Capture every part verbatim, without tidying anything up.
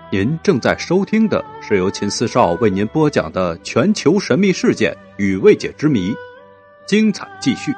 您正在收听的是由秦四少为您播讲的全球神秘事件与未解之谜，精彩继续。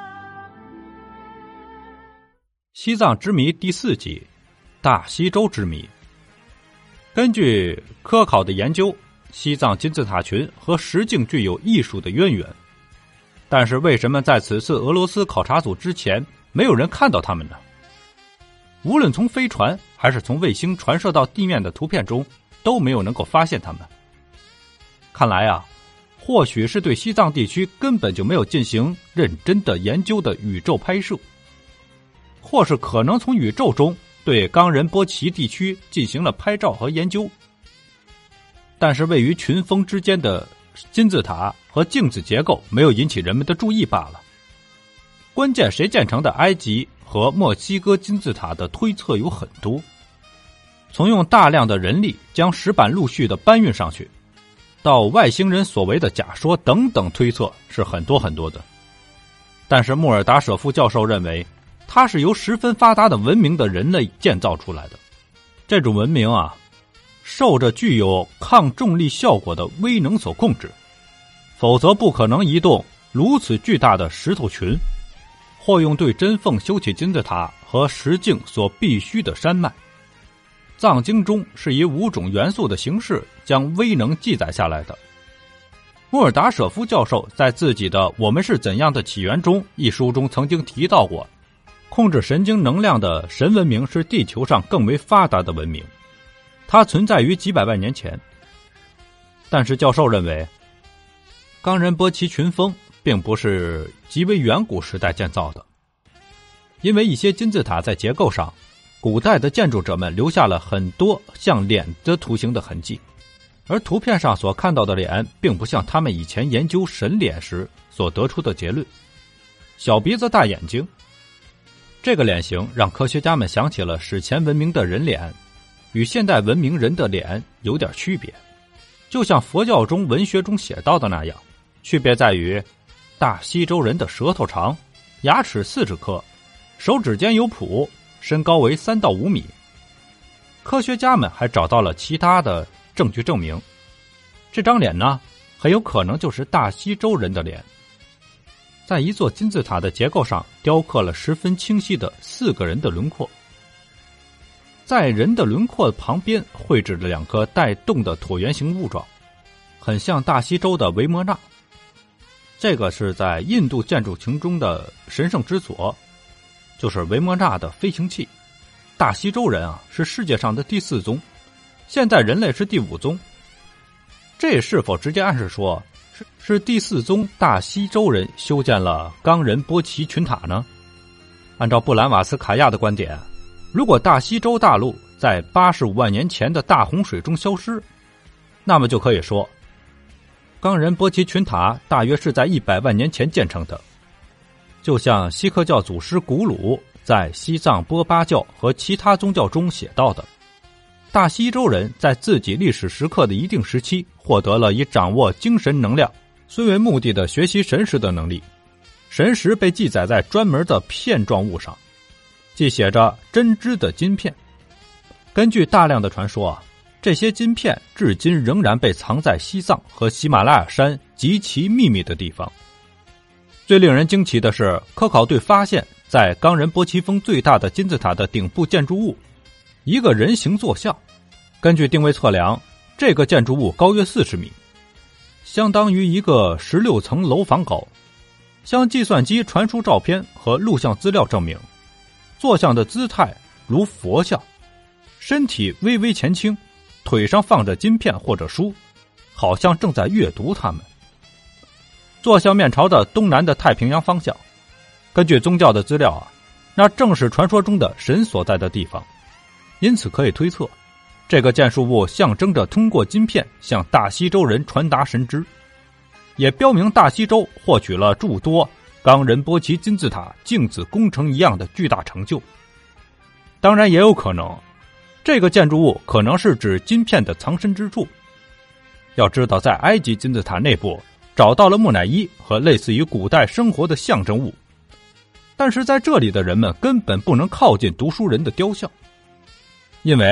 西藏之谜第四集，大西洲之谜。根据科考的研究，西藏金字塔群和石境具有艺术的渊源，但是为什么在此次俄罗斯考察组之前没有人看到它们呢？无论从飞船还是从卫星传射到地面的图片中，都没有能够发现它们。看来啊，或许是对西藏地区根本就没有进行认真的研究的宇宙拍摄，或是可能从宇宙中对冈仁波齐地区进行了拍照和研究。但是位于群峰之间的金字塔和镜子结构没有引起人们的注意罢了。关键谁建成的埃及和墨西哥金字塔的推测有很多，从用大量的人力将石板陆续的搬运上去，到外星人所为的假说等等推测是很多很多的。但是穆尔达舍夫教授认为，它是由十分发达的文明的人类建造出来的。这种文明啊，受着具有抗重力效果的威能所控制，否则不可能移动如此巨大的石头群，或用对针缝修起金字塔和石境所必须的山脉。藏经中是以五种元素的形式将威能记载下来的。穆尔达舍夫教授在自己的《我们是怎样的起源》中一书中曾经提到过，控制神经能量的神文明是地球上更为发达的文明，它存在于几百万年前。但是教授认为，冈仁波齐群峰并不是极为远古时代建造的，因为一些金字塔在结构上，古代的建筑者们留下了很多像脸的图形的痕迹，而图片上所看到的脸并不像他们以前研究神脸时所得出的结论。小鼻子大眼睛，这个脸型让科学家们想起了史前文明的人脸，与现代文明人的脸有点区别，就像佛教中文学中写到的那样，区别在于大西洲人的舌头长，牙齿四十颗，手指间有蹼，身高为三到五米。科学家们还找到了其他的证据证明，这张脸呢，很有可能就是大西洲人的脸。在一座金字塔的结构上雕刻了十分清晰的四个人的轮廓，在人的轮廓旁边绘制了两颗带动的椭圆形物状，很像大西洲的维摩纳。这个是在印度建筑群中的神圣之所，就是维摩纳的飞行器。大西洲人啊，是世界上的第四宗，现在人类是第五宗。这是否直接暗示说是是第四宗大西洲人修建了冈仁波齐群塔呢？按照布兰瓦斯卡亚的观点，如果大西洲大陆在八十五万年前的大洪水中消失，那么就可以说冈仁波齐群塔大约是在一百万年前建成的，就像锡克教祖师古鲁在西藏波巴教和其他宗教中写到的，大西洲人在自己历史时刻的一定时期获得了以掌握精神能量虽为目的的学习神识的能力，神识被记载在专门的片状物上，即写着针织的金片。根据大量的传说啊，这些金片至今仍然被藏在西藏和喜马拉雅山极其秘密的地方。最令人惊奇的是，科考队发现在冈仁波齐峰最大的金字塔的顶部建筑物一个人形坐像。根据定位测量，这个建筑物高约四十米，相当于一个十六层楼房高。向计算机传输照片和录像资料证明，坐像的姿态如佛像，身体微微前倾，腿上放着金片或者书，好像正在阅读它们。坐像面朝的东南的太平洋方向，根据宗教的资料啊，那正是传说中的神所在的地方。因此可以推测，这个建筑物象征着通过金片向大西洲人传达神知，也标明大西洲获取了诸多冈仁波齐金字塔镜子工程一样的巨大成就。当然也有可能，这个建筑物可能是指金片的藏身之处。要知道，在埃及金字塔内部找到了木乃伊和类似于古代生活的象征物，但是在这里的人们根本不能靠近读书人的雕像，因为啊，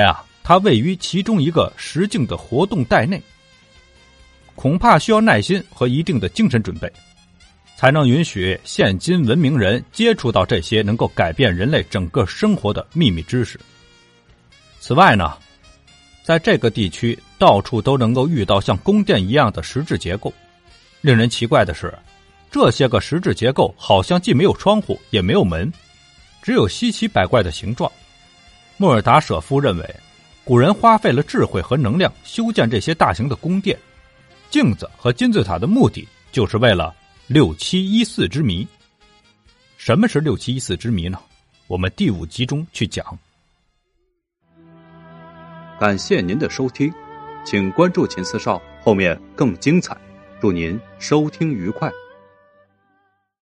它位于其中一个石镜的活动带内，恐怕需要耐心和一定的精神准备，才能允许现今文明人接触到这些能够改变人类整个生活的秘密知识。此外呢，在这个地区到处都能够遇到像宫殿一样的石质结构。令人奇怪的是，这些个石质结构好像既没有窗户也没有门，只有稀奇百怪的形状。莫尔达舍夫认为，古人花费了智慧和能量修建这些大型的宫殿、镜子和金字塔的目的，就是为了六七一四之谜。什么是六七一四之谜呢？我们第五集中去讲。 感谢您的收听，请关注秦四少，后面更精彩。祝您收听愉快。